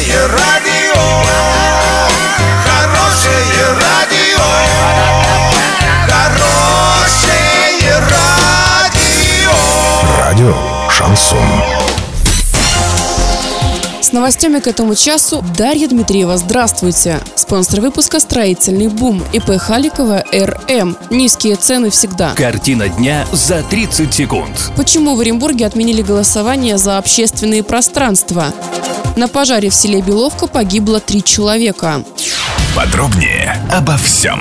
Хорошее радио, хорошее радио, хорошее радио. Радио Шансон. С новостями к этому часу Дарья Дмитриева. Здравствуйте. Спонсор выпуска «Строительный бум». ИП Халикова РМ. Низкие цены всегда. Картина дня за 30 секунд. Почему в Оренбурге отменили голосование за общественные пространства? На пожаре в селе Беловка погибло 3 человека. Подробнее обо всем.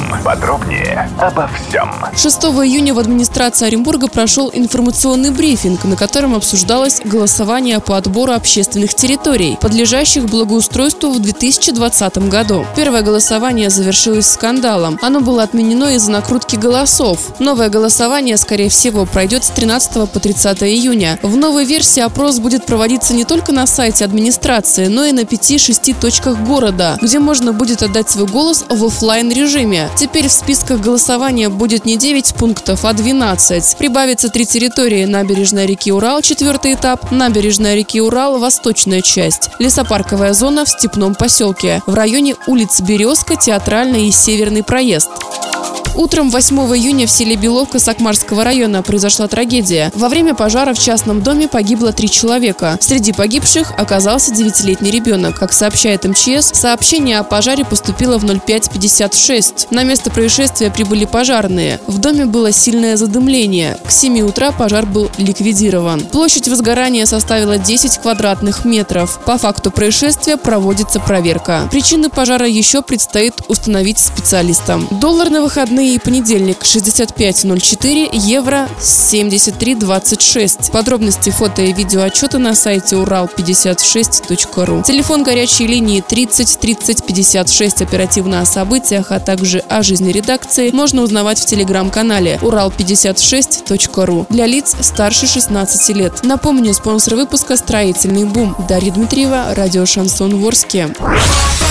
6 июня в администрации Оренбурга прошел информационный брифинг, на котором обсуждалось голосование по отбору общественных территорий, подлежащих благоустройству в 2020 году. Первое голосование завершилось скандалом. Оно было отменено из-за накрутки голосов. Новое голосование, скорее всего, пройдет с 13 по 30 июня. В новой версии опрос будет проводиться не только на сайте администрации, но и на 5-6 точках города, где можно будет отдать свой голос в офлайн режиме. Теперь в списках голосования будет не 9 пунктов, а 12. Прибавится 3 территории: набережная реки Урал, 4-й этап, набережная реки Урал, восточная часть, лесопарковая зона в Степном поселке, в районе улиц Березка, Театральный и Северный проезд. Утром 8 июня в селе Беловка Сакмарского района произошла трагедия. Во время пожара в частном доме погибло 3 человека. Среди погибших оказался 9-летний ребенок. Как сообщает МЧС, сообщение о пожаре поступило в 05:56. На место происшествия прибыли пожарные. В доме было сильное задымление. К 7 утра пожар был ликвидирован. Площадь возгорания составила 10 квадратных метров. По факту происшествия проводится проверка. Причины пожара еще предстоит установить специалистам. Доллар на выходные и понедельник 65.04, евро 73.26. Подробности, фото и видео отчета на сайте урал56.ру. Телефон горячей линии 30 30 56. Оперативно о событиях, а также о жизни редакции можно узнавать в телеграм-канале урал56.ру для лиц старше 16 лет. Напомню, спонсор выпуска «Строительный бум». Дарья Дмитриева, радио Шансон в Орске.